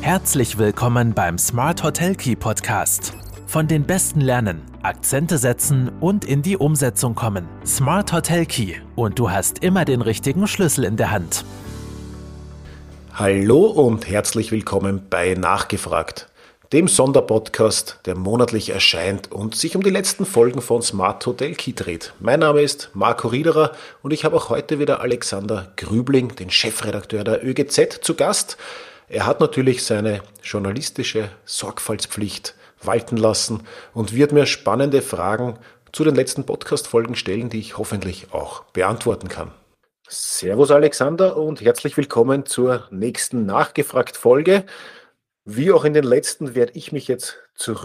Herzlich willkommen beim Smart Hotel Key Podcast. Von den Besten lernen, Akzente setzen und in die Umsetzung kommen. Smart Hotel Key und du hast immer den richtigen Schlüssel in der Hand. Hallo und herzlich willkommen bei Nachgefragt, dem Sonderpodcast, der monatlich erscheint und sich um die letzten Folgen von Smart Hotel Key dreht. Mein Name ist Marco Riederer und ich habe auch heute wieder Alexander Grübling, den Chefredakteur der ÖGZ, zu Gast. Er hat natürlich seine journalistische Sorgfaltspflicht walten lassen und wird mir spannende Fragen zu den letzten Podcast-Folgen stellen, die ich hoffentlich auch beantworten kann. Servus Alexander und herzlich willkommen zur nächsten Nachgefragt-Folge. Wie auch in den letzten werde ich mich jetzt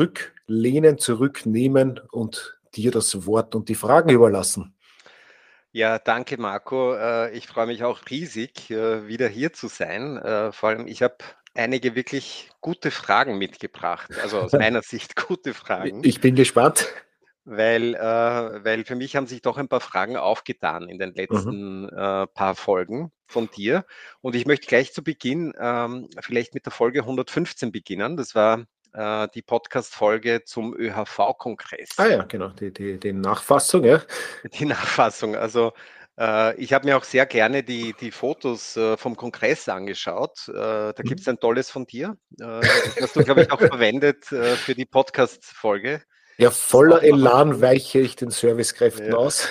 zurücknehmen und dir das Wort und die Fragen überlassen. Ja, danke Marco. Ich freue mich auch riesig, wieder hier zu sein. Vor allem, ich habe einige wirklich gute Fragen mitgebracht, also aus meiner Sicht gute Fragen, Ich bin gespannt. weil für mich haben sich doch ein paar Fragen aufgetan in den letzten paar Folgen von dir. Und ich möchte gleich zu Beginn vielleicht mit der Folge 115 beginnen. Das war die Podcast-Folge zum ÖHV-Kongress. Ah ja, genau, die Nachfassung, ja. Die Nachfassung. Also ich habe mir auch sehr gerne die Fotos vom Kongress angeschaut. Da gibt es ein tolles von dir. Das hast du, glaube ich, auch verwendet für die Podcast-Folge. Ja, voller Elan weiche ich den Servicekräften aus.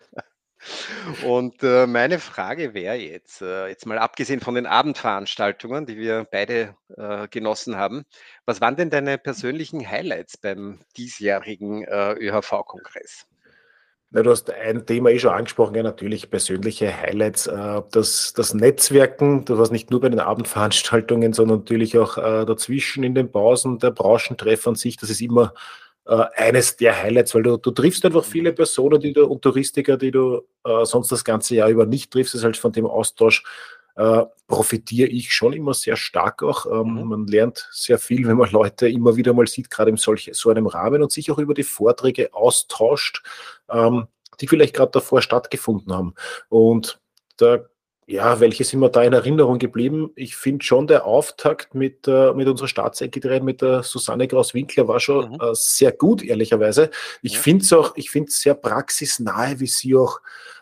Und meine Frage wäre jetzt mal abgesehen von den Abendveranstaltungen, die wir beide genossen haben, was waren denn deine persönlichen Highlights beim diesjährigen ÖHV-Kongress? Na, du hast ein Thema schon angesprochen, ja, natürlich persönliche Highlights. Das Netzwerken, das war nicht nur bei den Abendveranstaltungen, sondern natürlich auch dazwischen in den Pausen, der Branchentreff an sich, das ist immer eines der Highlights, weil du triffst einfach viele Personen, und Touristiker, die du sonst das ganze Jahr über nicht triffst. Das ist halt von dem Austausch profitiere ich schon immer sehr stark auch. Man lernt sehr viel, wenn man Leute immer wieder mal sieht, gerade in so einem Rahmen, und sich auch über die Vorträge austauscht, die vielleicht gerade davor stattgefunden haben. Und welche sind mir da in Erinnerung geblieben? Ich finde schon, der Auftakt mit unserer Staatssekretärin, mit der Susanne Kraus-Winkler, war schon sehr gut, ehrlicherweise. Ich finde es sehr praxisnahe, wie sie auch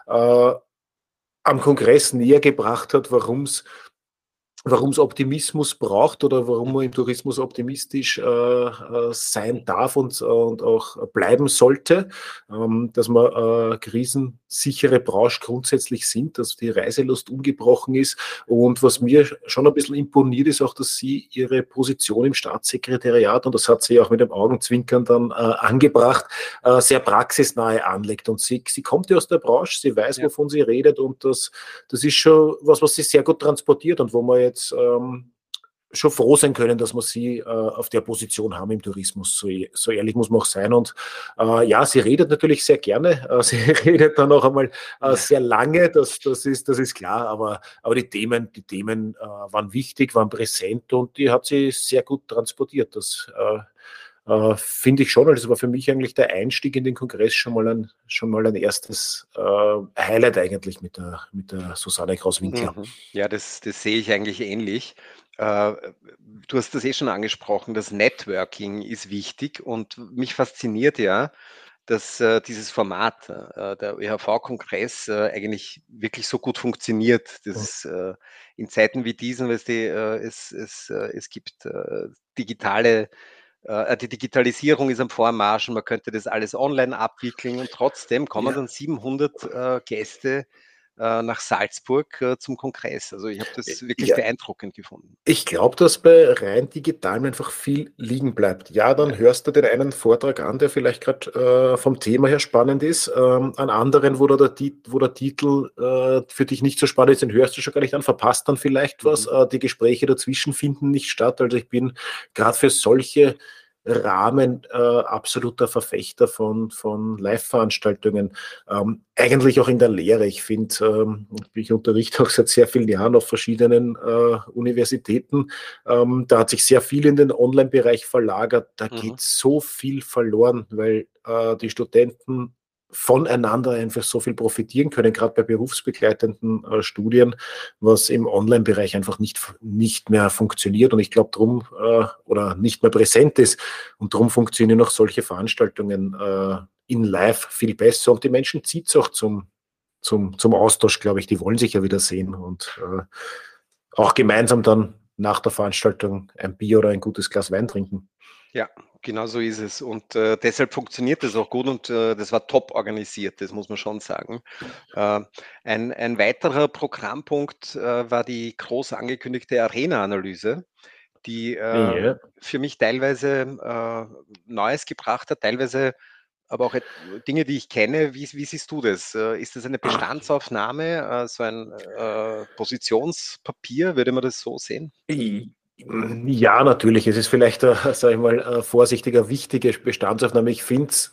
am Kongress näher gebracht hat, warum es Optimismus braucht oder warum man im Tourismus optimistisch sein darf und auch bleiben sollte, dass wir krisensichere Branche grundsätzlich sind, dass die Reiselust ungebrochen ist. Und was mir schon ein bisschen imponiert, ist auch, dass sie ihre Position im Staatssekretariat, und das hat sie auch mit dem Augenzwinkern dann angebracht, sehr praxisnahe anlegt. Und sie kommt ja aus der Branche, sie weiß, wovon sie redet, und das ist schon was sie sehr gut transportiert und wo man jetzt schon froh sein können, dass wir sie auf der Position haben im Tourismus. So ehrlich muss man auch sein. Und sie redet natürlich sehr gerne. Sie redet dann auch einmal sehr lange, das ist klar. Aber die Themen waren wichtig, waren präsent, und die hat sie sehr gut transportiert. Das finde ich schon. Also war für mich eigentlich der Einstieg in den Kongress schon mal ein erstes Highlight eigentlich mit der Susanne Kraus-Winkler. Ja, das sehe ich eigentlich ähnlich. Du hast das schon angesprochen, das Networking ist wichtig, und mich fasziniert ja, dass dieses Format, der ÖHV-Kongress, eigentlich wirklich so gut funktioniert. Das in Zeiten wie diesen, weißt du, es gibt die Digitalisierung ist am Vormarsch, und man könnte das alles online abwickeln, und trotzdem kommen dann 700 Gäste nach Salzburg zum Kongress. Also ich habe das wirklich beeindruckend gefunden. Ich glaube, dass bei rein digitalem einfach viel liegen bleibt. Ja, dann hörst du den einen Vortrag an, der vielleicht gerade vom Thema her spannend ist, an anderen, wo der Titel für dich nicht so spannend ist, den hörst du schon gar nicht an, verpasst dann vielleicht was. Die Gespräche dazwischen finden nicht statt. Also ich bin gerade für solche Rahmen absoluter Verfechter von Live-Veranstaltungen. Eigentlich auch in der Lehre. Ich finde, ich unterrichte auch seit sehr vielen Jahren auf verschiedenen Universitäten. Da hat sich sehr viel in den Online-Bereich verlagert. Da geht so viel verloren, weil die Studenten voneinander einfach so viel profitieren können, gerade bei berufsbegleitenden Studien, was im Online-Bereich einfach nicht mehr funktioniert und ich glaube drum oder nicht mehr präsent ist und darum funktionieren auch solche Veranstaltungen in live viel besser und die Menschen zieht es auch zum Austausch, glaube ich, die wollen sich ja wieder sehen und auch gemeinsam dann nach der Veranstaltung ein Bier oder ein gutes Glas Wein trinken. Ja, genau so ist es. Und deshalb funktioniert das auch gut und das war top organisiert, das muss man schon sagen. Ein weiterer Programmpunkt war die groß angekündigte Arena-Analyse, die Ja. für mich teilweise Neues gebracht hat, teilweise aber auch Dinge, die ich kenne. Wie siehst du das? Ist das eine Bestandsaufnahme, so ein Positionspapier? Würde man das so sehen? Ja, natürlich. Es ist vielleicht, sage ich mal, vorsichtiger, wichtige Bestandsaufnahme. Ich finde es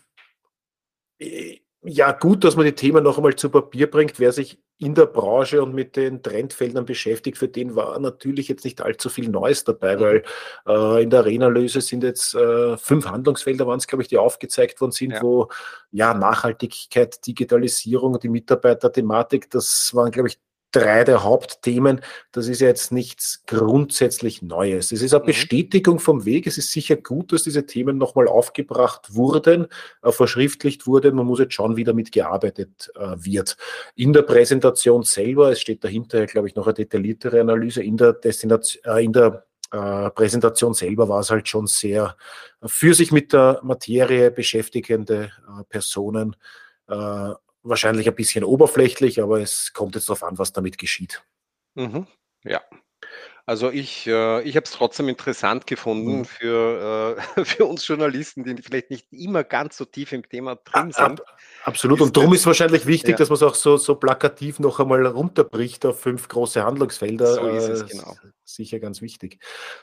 ja gut, dass man die Themen noch einmal zu Papier bringt. Wer sich in der Branche und mit den Trendfeldern beschäftigt, für den war natürlich jetzt nicht allzu viel Neues dabei, weil in der Arena-Analyse sind jetzt 5 Handlungsfelder, waren es, glaube ich, die aufgezeigt worden sind, Ja. wo ja Nachhaltigkeit, Digitalisierung, die Mitarbeiterthematik, das waren, glaube ich, 3 der Hauptthemen. Das ist ja jetzt nichts grundsätzlich Neues. Es ist eine Bestätigung vom Weg. Es ist sicher gut, dass diese Themen nochmal aufgebracht wurden, verschriftlicht wurden. Man muss jetzt schauen, wie damit gearbeitet wird. In der Präsentation selber, es steht dahinter, glaube ich, noch eine detailliertere Analyse, in der Präsentation selber war es halt schon sehr für sich mit der Materie beschäftigende Personen, wahrscheinlich ein bisschen oberflächlich, aber es kommt jetzt darauf an, was damit geschieht. Ja, also ich habe es trotzdem interessant gefunden für uns Journalisten, die vielleicht nicht immer ganz so tief im Thema drin sind. Absolut. Ist Und darum das, ist wahrscheinlich wichtig, ja, dass man es auch so plakativ noch einmal runterbricht auf 5 große Handlungsfelder. so ist es, genau. Sicher ganz wichtig.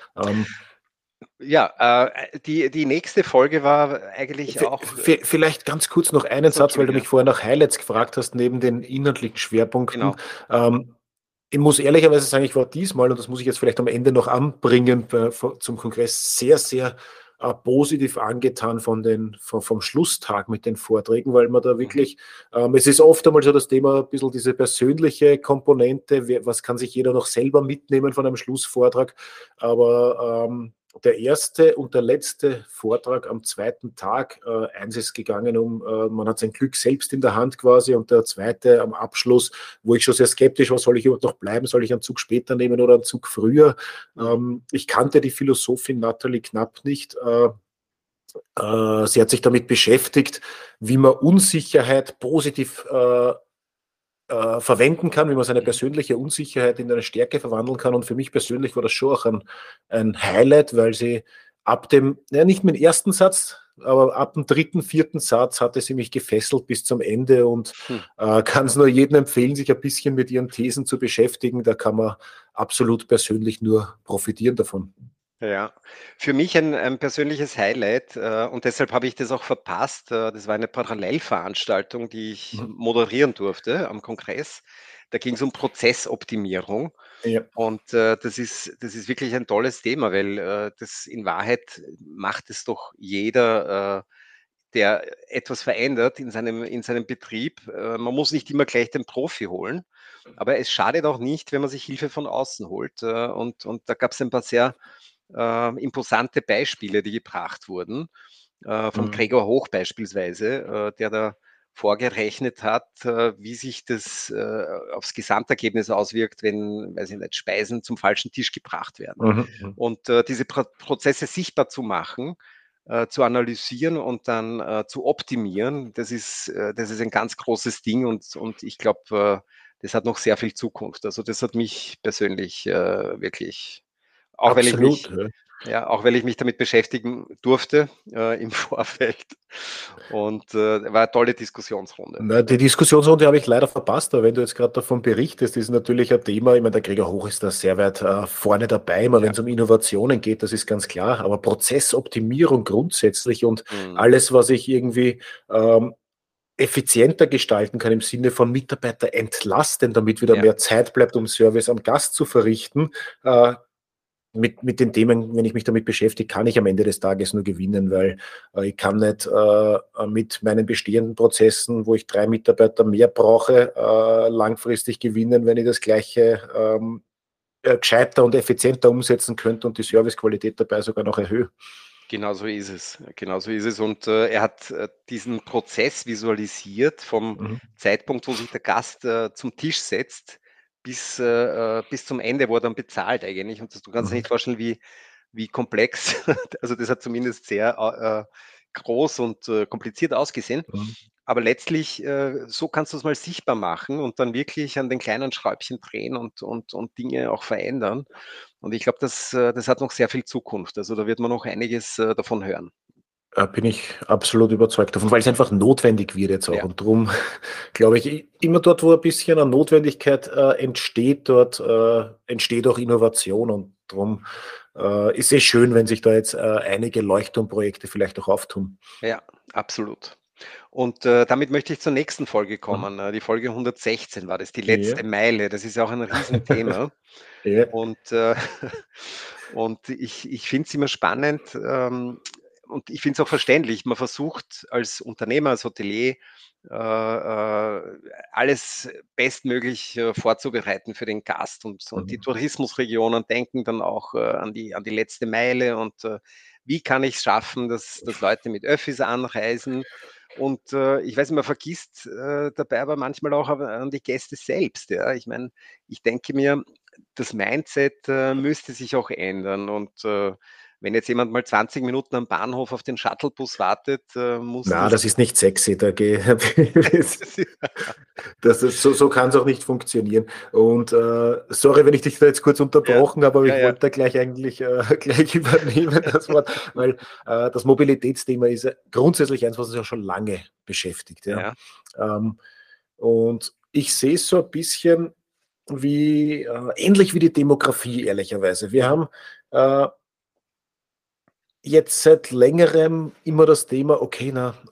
Ja, die nächste Folge war eigentlich auch. Vielleicht ganz kurz noch einen So, Satz, weil du mich Entschuldige. vorher nach Highlights gefragt hast, neben den inhaltlichen Schwerpunkten. Genau. Ich muss ehrlicherweise sagen, ich war diesmal, und das muss ich jetzt vielleicht am Ende noch anbringen, zum Kongress sehr, sehr positiv angetan vom Schlusstag mit den Vorträgen, weil man da wirklich, es ist oft einmal so das Thema, ein bisschen diese persönliche Komponente, was kann sich jeder noch selber mitnehmen von einem Schlussvortrag, aber der erste und der letzte Vortrag am zweiten Tag, eins ist gegangen man hat sein Glück selbst in der Hand quasi und der zweite am Abschluss, wo ich schon sehr skeptisch war, soll ich überhaupt noch bleiben, soll ich einen Zug später nehmen oder einen Zug früher? Ich kannte die Philosophin Nathalie Knapp nicht. Sie hat sich damit beschäftigt, wie man Unsicherheit positiv verwenden kann, wie man seine persönliche Unsicherheit in eine Stärke verwandeln kann. Und für mich persönlich war das schon auch ein Highlight, weil sie ab dem, nicht mit dem ersten Satz, aber ab dem 3., 4. Satz hatte sie mich gefesselt bis zum Ende und kann es nur jedem empfehlen, sich ein bisschen mit ihren Thesen zu beschäftigen. Da kann man absolut persönlich nur profitieren davon. Ja, für mich ein persönliches Highlight und deshalb habe ich das auch verpasst. Das war eine Parallelveranstaltung, die ich moderieren durfte am Kongress. Da ging es um Prozessoptimierung Ja. und das ist wirklich ein tolles Thema, weil das in Wahrheit macht es doch jeder, der etwas verändert in seinem Betrieb. Man muss nicht immer gleich den Profi holen, aber es schadet auch nicht, wenn man sich Hilfe von außen holt. Und da gab es ein paar sehr imposante Beispiele, die gebracht wurden, vom Gregor Hoch beispielsweise, der da vorgerechnet hat, wie sich das aufs Gesamtergebnis auswirkt, wenn, weiß ich nicht, Speisen zum falschen Tisch gebracht werden. Und diese Prozesse sichtbar zu machen, zu analysieren und dann zu optimieren, das ist ein ganz großes Ding und ich glaube, das hat noch sehr viel Zukunft. Also das hat mich persönlich wirklich auch weil ich Absolut. mich auch weil ich mich damit beschäftigen durfte, im Vorfeld und, war eine tolle Diskussionsrunde. Na, die Diskussionsrunde habe ich leider verpasst, aber wenn du jetzt gerade davon berichtest, ist natürlich ein Thema, ich meine, der Gregor Hoch ist da sehr weit vorne dabei, immer wenn es um Innovationen geht, das ist ganz klar, aber Prozessoptimierung grundsätzlich und alles, was ich irgendwie effizienter gestalten kann im Sinne von Mitarbeiter entlasten, damit wieder mehr Zeit bleibt, um Service am Gast zu verrichten, mit den Themen, wenn ich mich damit beschäftige, kann ich am Ende des Tages nur gewinnen, weil ich kann nicht mit meinen bestehenden Prozessen, wo ich 3 Mitarbeiter mehr brauche, langfristig gewinnen, wenn ich das Gleiche gescheiter und effizienter umsetzen könnte und die Servicequalität dabei sogar noch erhöhe. Genau so ist es. Genau so ist es. Und er hat diesen Prozess visualisiert vom Mhm. Zeitpunkt, wo sich der Gast zum Tisch setzt, bis zum Ende, wo er dann bezahlt eigentlich. Und du kannst dir Mhm. nicht vorstellen, wie komplex. Also das hat zumindest sehr groß und kompliziert ausgesehen. Mhm. Aber letztlich, so kannst du es mal sichtbar machen und dann wirklich an den kleinen Schräubchen drehen und Dinge auch verändern. Und ich glaube, das hat noch sehr viel Zukunft. Also da wird man noch einiges davon hören. Bin ich absolut überzeugt davon, weil es einfach notwendig wird jetzt auch. Ja, Und darum glaube ich, immer dort, wo ein bisschen eine Notwendigkeit entsteht, dort entsteht auch Innovation. Und darum ist es schön, wenn sich da jetzt einige Leuchtturmprojekte vielleicht auch auftun. ja, absolut. Und damit möchte ich zur nächsten Folge Mhm. kommen. Die Folge 116 war das, die Ja. letzte Meile. Das ist ja auch ein Riesenthema. Ja. Und, und ich finde es immer spannend und ich finde es auch verständlich. Man versucht als Unternehmer, als Hotelier, alles bestmöglich vorzubereiten für den Gast. Und die Mhm. Tourismusregionen denken dann auch an die letzte Meile und wie kann ich es schaffen, dass Leute mit Öffis anreisen. Und ich weiß, man vergisst dabei aber manchmal auch an die Gäste selbst. Ja? Ich meine, ich denke mir, das Mindset müsste sich auch ändern. Und wenn jetzt jemand mal 20 Minuten am Bahnhof auf den Shuttlebus wartet, muss Na, das. das ist nicht sexy. So kann es auch nicht funktionieren. Und sorry, wenn ich dich da jetzt kurz Ja, unterbrochen habe, aber ja, ich ja. wollte da gleich eigentlich gleich übernehmen das Wort, weil das Mobilitätsthema ist ja grundsätzlich eins, was uns ja schon lange beschäftigt. Ja. Ja. Ähm, und ich sehe es so ein bisschen wie ähnlich wie die Demografie, ehrlicherweise. Wir haben jetzt seit längerem immer das Thema, okay,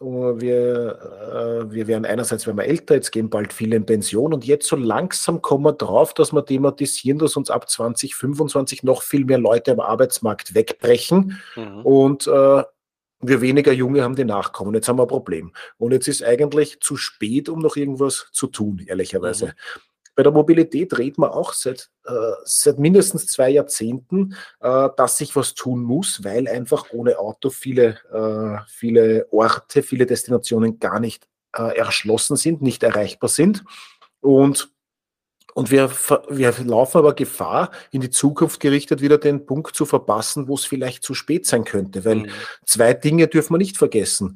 wir werden einerseits werden wir älter, jetzt gehen bald viele in Pension und jetzt so langsam kommen wir drauf, dass wir thematisieren, dass uns ab 2025 noch viel mehr Leute am Arbeitsmarkt wegbrechen Mhm. und wir weniger Junge haben, die nachkommen. Jetzt haben wir ein Problem. Und jetzt ist eigentlich zu spät, um noch irgendwas zu tun, Mhm. ehrlicherweise. Bei der Mobilität reden wir auch seit mindestens 2 Jahrzehnten, dass sich was tun muss, weil einfach ohne Auto viele Orte, viele Destinationen gar nicht erschlossen sind, nicht erreichbar sind. Und, wir laufen aber Gefahr, in die Zukunft gerichtet wieder den Punkt zu verpassen, wo es vielleicht zu spät sein könnte. Weil Mhm. 2 Dinge dürfen wir nicht vergessen.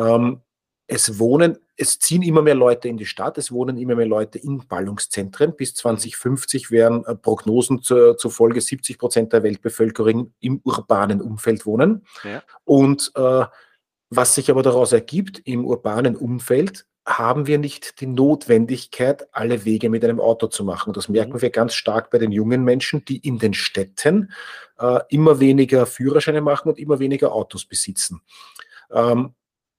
Es ziehen immer mehr Leute in die Stadt, es wohnen immer mehr Leute in Ballungszentren. Bis Mhm. 2050 werden Prognosen zufolge 70% der Weltbevölkerung im urbanen Umfeld wohnen. Ja. Und was sich aber daraus ergibt, im urbanen Umfeld haben wir nicht die Notwendigkeit, alle Wege mit einem Auto zu machen. Das Mhm. merken wir ganz stark bei den jungen Menschen, die in den Städten immer weniger Führerscheine machen und immer weniger Autos besitzen. Ähm,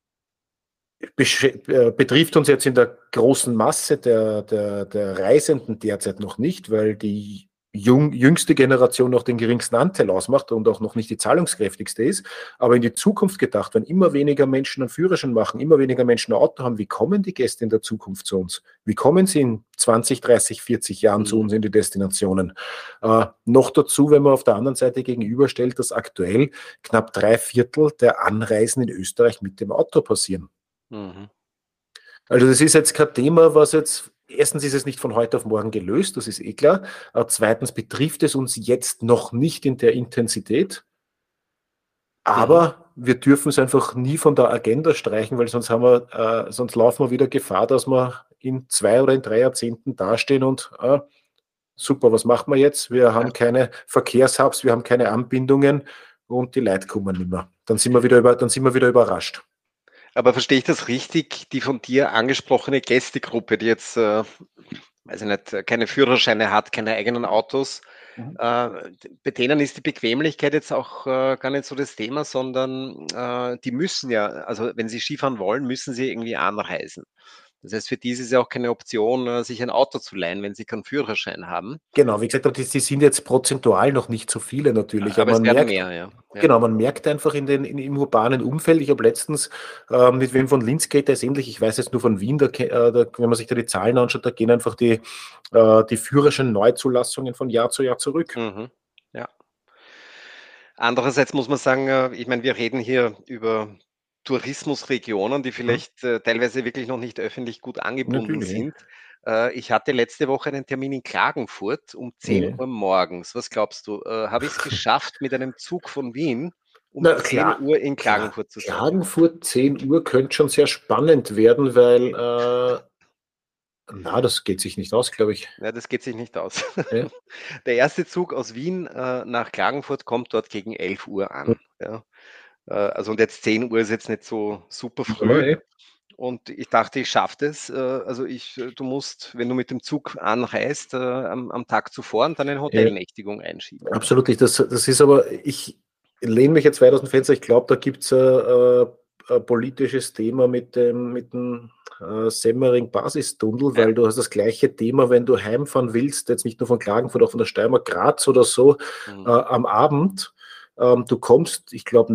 betrifft uns jetzt in der großen Masse der Reisenden derzeit noch nicht, weil die jüngste Generation noch den geringsten Anteil ausmacht und auch noch nicht die zahlungskräftigste ist. Aber in die Zukunft gedacht, wenn immer weniger Menschen einen Führerschein machen, immer weniger Menschen ein Auto haben, wie kommen die Gäste in der Zukunft zu uns? Wie kommen sie in 20, 30, 40 Jahren zu Mhm. uns in die Destinationen? Noch dazu, wenn man auf der anderen Seite gegenüberstellt, dass aktuell knapp 3/4 der Anreisen in Österreich mit dem Auto passieren. Mhm. Also das ist jetzt kein Thema, was jetzt, erstens ist es nicht von heute auf morgen gelöst, das ist eh klar. Zweitens betrifft es uns jetzt noch nicht in der Intensität, Mhm. aber wir dürfen es einfach nie von der Agenda streichen, weil sonst laufen wir wieder Gefahr, dass wir in 2 oder in 3 Jahrzehnten dastehen und super, was machen wir jetzt? Wir Ja. haben keine Verkehrshubs, wir haben keine Anbindungen und die Leute kommen nicht mehr. Dann sind wir wieder überrascht. Aber verstehe ich das richtig, die von dir angesprochene Gästegruppe, die jetzt, weiß ich nicht, keine Führerscheine hat, keine eigenen Autos, Mhm. äh, bei denen ist die Bequemlichkeit jetzt auch gar nicht so das Thema, sondern die müssen ja, also wenn sie Skifahren wollen, müssen sie irgendwie anreisen. Das heißt, für die ist es ja auch keine Option, sich ein Auto zu leihen, wenn sie keinen Führerschein haben. Genau, wie gesagt, die sind jetzt prozentual noch nicht so viele natürlich, Aber aber es man werden merkt, mehr, ja. genau, man merkt einfach im urbanen Umfeld. Ich habe letztens mit wem von Linz geht, der ist ähnlich, ich weiß jetzt nur von Wien, wenn man sich da die Zahlen anschaut, da gehen einfach die Führerschein-Neuzulassungen von Jahr zu Jahr zurück. Mhm. Ja. Andererseits muss man sagen, ich meine, wir reden hier über Tourismusregionen, die vielleicht teilweise wirklich noch nicht öffentlich gut angebunden Natürlich. sind. Ich hatte letzte Woche einen Termin in Klagenfurt um 10 Ja. Uhr morgens. Was glaubst du? Habe ich es geschafft, mit einem Zug von Wien um Na 10 klar, Uhr in Klagenfurt zu sein? Klagenfurt 10 Uhr könnte schon sehr spannend werden, weil, na, das geht sich nicht aus, glaube ich. Ja, das geht sich nicht aus. Ja. Der erste Zug aus Wien nach Klagenfurt kommt dort gegen 11 Uhr an. Ja. Also und jetzt 10 Uhr ist jetzt nicht so super früh. Ja, Und ich dachte, ich schaffe das. Du musst, wenn du mit dem Zug anreist, am Tag zuvor und dann eine ja. Hotelnächtigung einschieben. Absolut nicht. Das ist aber, ich lehne mich jetzt weit aus dem Fenster. Ich glaube, da gibt es ein politisches Thema mit dem Semmering-Basistunnel, Ja. weil du hast das gleiche Thema, wenn du heimfahren willst, jetzt nicht nur von Klagenfurt, auch von der Steiermark, Graz oder so, Mhm. am Abend. Du kommst, ich glaube,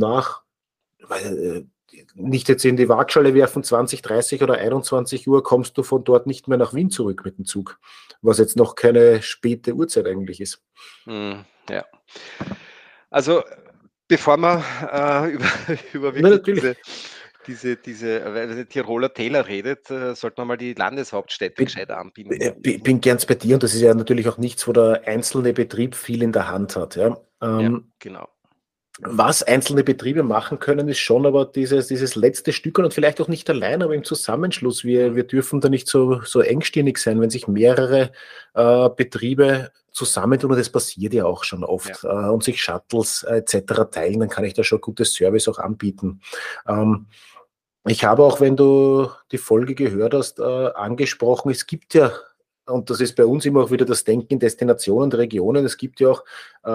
nicht jetzt in die Waagschale werfen, 20, 30 oder 21 Uhr kommst du von dort nicht mehr nach Wien zurück mit dem Zug, was jetzt noch keine späte Uhrzeit eigentlich ist. Ja. Also, bevor wir über Na, wirklich natürlich. diese Tiroler Täler redet, sollte man mal die Landeshauptstädte gescheit anbinden. Bin ganz bei dir und das ist ja natürlich auch nichts, wo der einzelne Betrieb viel in der Hand hat. Ja. Ja, genau. Was einzelne Betriebe machen können, ist schon aber dieses letzte Stück und vielleicht auch nicht allein, aber im Zusammenschluss. Wir dürfen da nicht so engstirnig sein, wenn sich mehrere Betriebe zusammentun und das passiert ja auch schon oft und sich Shuttles etc. teilen, dann kann ich da schon gutes Service auch anbieten. Ich habe auch, wenn du die Folge gehört hast, angesprochen, es gibt ja, und das ist bei uns immer auch wieder das Denken in Destinationen und Regionen, es gibt ja auch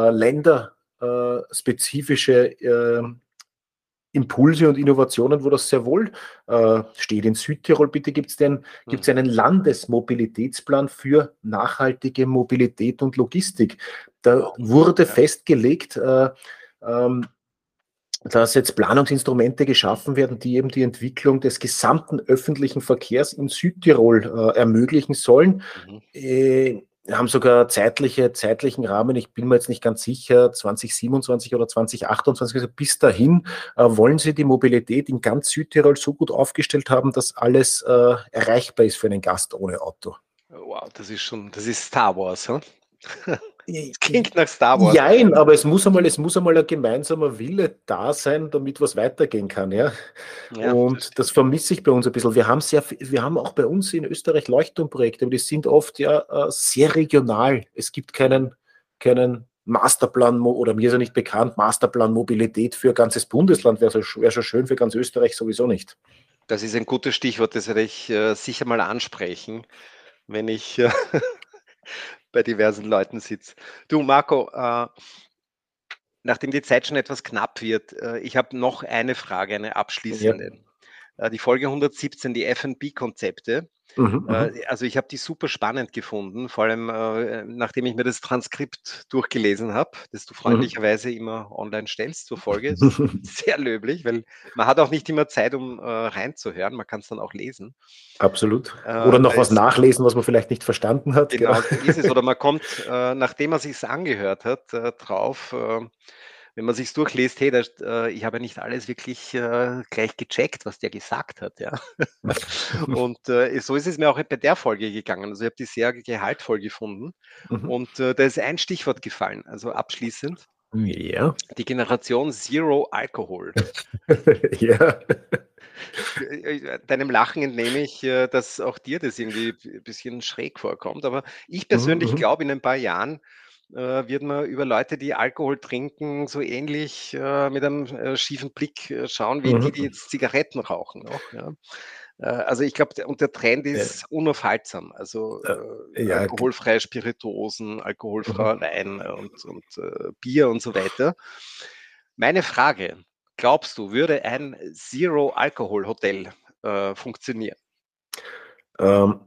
länderspezifische Impulse und Innovationen, wo das sehr wohl steht. In Südtirol bitte gibt es einen Landesmobilitätsplan für nachhaltige Mobilität und Logistik. Da wurde festgelegt, dass jetzt Planungsinstrumente geschaffen werden, die eben die Entwicklung des gesamten öffentlichen Verkehrs in Südtirol ermöglichen sollen. Haben sogar zeitlichen Rahmen, ich bin mir jetzt nicht ganz sicher, 2027 oder 2028, also bis dahin wollen sie die Mobilität in ganz Südtirol so gut aufgestellt haben, dass alles erreichbar ist für einen Gast ohne Auto. Wow, das ist Star Wars, hm? Das klingt nach Star Wars. Jein, aber es muss einmal ein gemeinsamer Wille da sein, damit was weitergehen kann, ja. Ja, Und das vermisse ich bei uns ein bisschen. Wir haben auch bei uns in Österreich Leuchtturmprojekte, aber die sind oft ja sehr regional. Es gibt keinen Masterplan oder mir ist ja nicht bekannt, Masterplan Mobilität für ein ganzes Bundesland wäre schon schön, für ganz Österreich sowieso nicht. das ist ein gutes Stichwort, das werde ich sicher mal ansprechen, wenn ich bei diversen Leuten sitze. Du, Marco, nachdem die Zeit schon etwas knapp wird, ich habe noch eine Frage, eine Ja. abschließende. Die Folge 117, die F&B-Konzepte. Also ich habe die super spannend gefunden, vor allem nachdem ich mir das Transkript durchgelesen habe, das du freundlicherweise immer online stellst zur Folge. Das ist sehr löblich, weil man hat auch nicht immer Zeit, um reinzuhören. Man kann es dann auch lesen. Absolut. Oder noch was nachlesen, was man vielleicht nicht verstanden hat. Genau, so ist es. Oder man kommt, nachdem man sich angehört hat, drauf, wenn man sich durchliest, hey, ich habe ja nicht alles wirklich gleich gecheckt, was der gesagt hat, ja. Und so ist es mir auch bei der Folge gegangen. Also ich habe die sehr gehaltvoll gefunden. Und da ist ein Stichwort gefallen, also abschließend. Ja. Die Generation Zero Alkohol. Ja. Deinem Lachen entnehme ich, dass auch dir das irgendwie ein bisschen schräg vorkommt. Aber ich persönlich glaube, in ein paar Jahren wird man über Leute, die Alkohol trinken, so ähnlich mit einem schiefen Blick schauen, wie die jetzt Zigaretten rauchen auch. Ja. Also ich glaube, und der Trend ist unaufhaltsam. Also alkoholfreie Spirituosen, alkoholfreier Wein und Bier und so weiter. Meine Frage: Glaubst du, würde ein Zero-Alkohol-Hotel funktionieren? Ähm,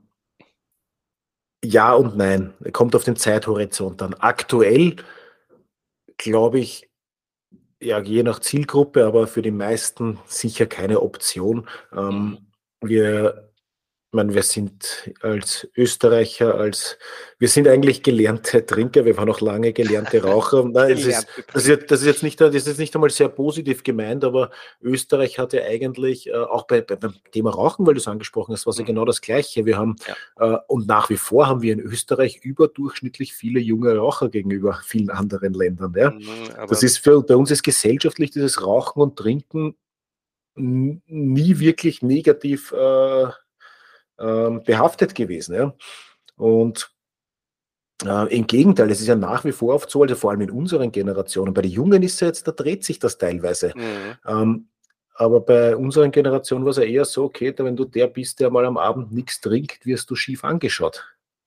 ja und nein. Kommt auf den Zeithorizont an. Aktuell glaube ich, ja, je nach Zielgruppe, aber für die meisten sicher keine Option. Mhm. Wir Ich meine, wir sind als Österreicher, wir sind eigentlich gelernte Trinker, wir waren auch lange gelernte Raucher. Nein, Gelernte das ist jetzt nicht, das ist nicht einmal sehr positiv gemeint, aber Österreich hat ja eigentlich, auch beim Thema Rauchen, weil du es angesprochen hast, war es ja Mhm. genau das Gleiche. Wir haben, Ja. und nach wie vor haben wir in Österreich überdurchschnittlich viele junge Raucher gegenüber vielen anderen Ländern. Ja. Das Aber ist bei uns ist gesellschaftlich dieses Rauchen und Trinken nie wirklich negativ behaftet gewesen. Ja. Und im Gegenteil, es ist ja nach wie vor oft so, also vor allem in unseren Generationen, bei den Jungen ist es ja jetzt, da dreht sich das teilweise. mhm. Ähm, aber bei unseren Generationen war es ja eher so, okay, wenn du der bist, der mal am Abend nichts trinkt, wirst du schief angeschaut.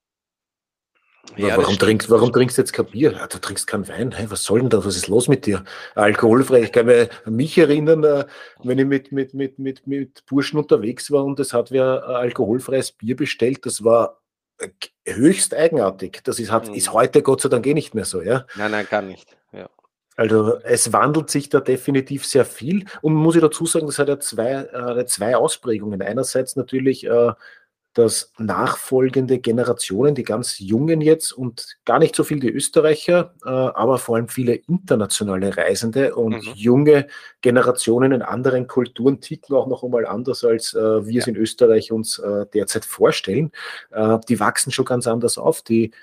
Ja, das stimmt. Das Warum stimmt. trinkst du jetzt kein Bier? Ja, du trinkst keinen Wein. Hey, was soll denn das? Was ist los mit dir? Alkoholfrei. Ich kann mich erinnern, wenn ich mit Burschen unterwegs war und es hat wer alkoholfreies Bier bestellt. Das war höchst eigenartig. Ist Mhm. heute Gott sei Dank eh nicht mehr so, ja. Nein, nein, gar nicht. Ja. Also es wandelt sich da definitiv sehr viel und muss ich dazu sagen, das hat ja zwei Ausprägungen. Einerseits natürlich, dass nachfolgende Generationen, die ganz Jungen jetzt und gar nicht so viel die Österreicher, aber vor allem viele internationale Reisende und Mhm. junge Generationen in anderen Kulturen ticken auch noch einmal anders, als wir Ja. es in Österreich uns derzeit vorstellen. Die wachsen schon ganz anders auf.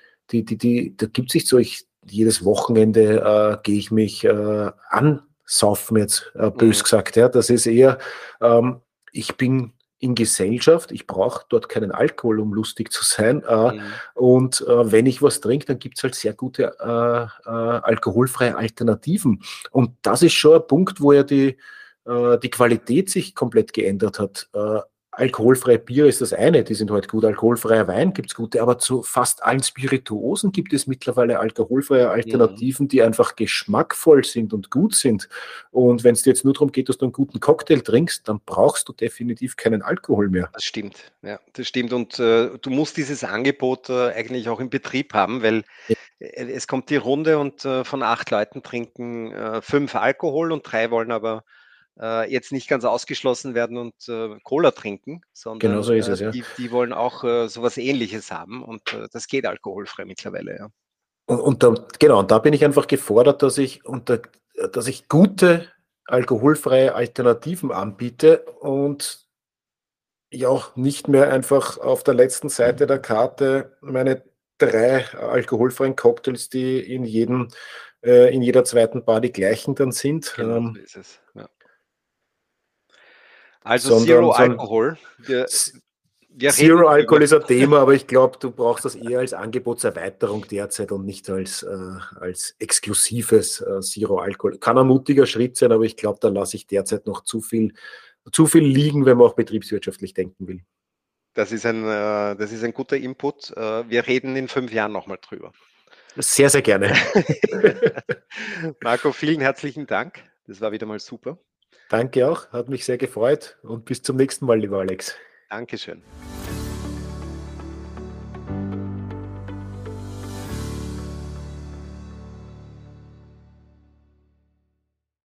Da gibt sich so, jedes Wochenende gehe ich mich ansaufen, jetzt bös Mhm. gesagt. Ja. Das ist eher, ich bin in Gesellschaft, ich brauche dort keinen Alkohol, um lustig zu sein. Mhm. Und wenn ich was trinke, dann gibt es halt sehr gute alkoholfreie Alternativen. Und das ist schon ein Punkt, wo ja die Qualität sich komplett geändert hat. Alkoholfreie Bier ist das eine, die sind heute gut. Alkoholfreier Wein gibt es gute, aber zu fast allen Spirituosen gibt es mittlerweile alkoholfreie Mhm. Alternativen, die einfach geschmackvoll sind und gut sind. Und wenn es dir jetzt nur darum geht, dass du einen guten Cocktail trinkst, dann brauchst du definitiv keinen Alkohol mehr. Das stimmt, ja, das stimmt. Und du musst dieses Angebot eigentlich auch im Betrieb haben, weil es kommt die Runde und von 8 Leuten trinken 5 Alkohol und 3 wollen aber jetzt nicht ganz ausgeschlossen werden und Cola trinken, Genau sondern so ist es, ja. die wollen auch sowas Ähnliches haben und das geht alkoholfrei mittlerweile, ja. Genau, und da bin ich einfach gefordert, dass ich gute alkoholfreie Alternativen anbiete und ich auch nicht mehr einfach auf der letzten Seite der Karte meine 3 alkoholfreien Cocktails, die in jeder zweiten Bar die gleichen dann sind, Genau so ist es. Ja. Also sondern Zero so ein Alkohol. Wir reden Zero drüber. Alkohol ist ein Thema, aber ich glaube, du brauchst das eher als Angebotserweiterung derzeit und nicht als exklusives Zero Alkohol. Kann ein mutiger Schritt sein, aber ich glaube, da lasse ich derzeit noch zu viel liegen, wenn man auch betriebswirtschaftlich denken will. Das ist ein guter Input. Wir reden in 5 Jahren nochmal drüber. Sehr, sehr gerne. Marco, vielen herzlichen Dank. Das war wieder mal super. Danke auch, hat mich sehr gefreut und bis zum nächsten Mal, lieber Alex. Dankeschön.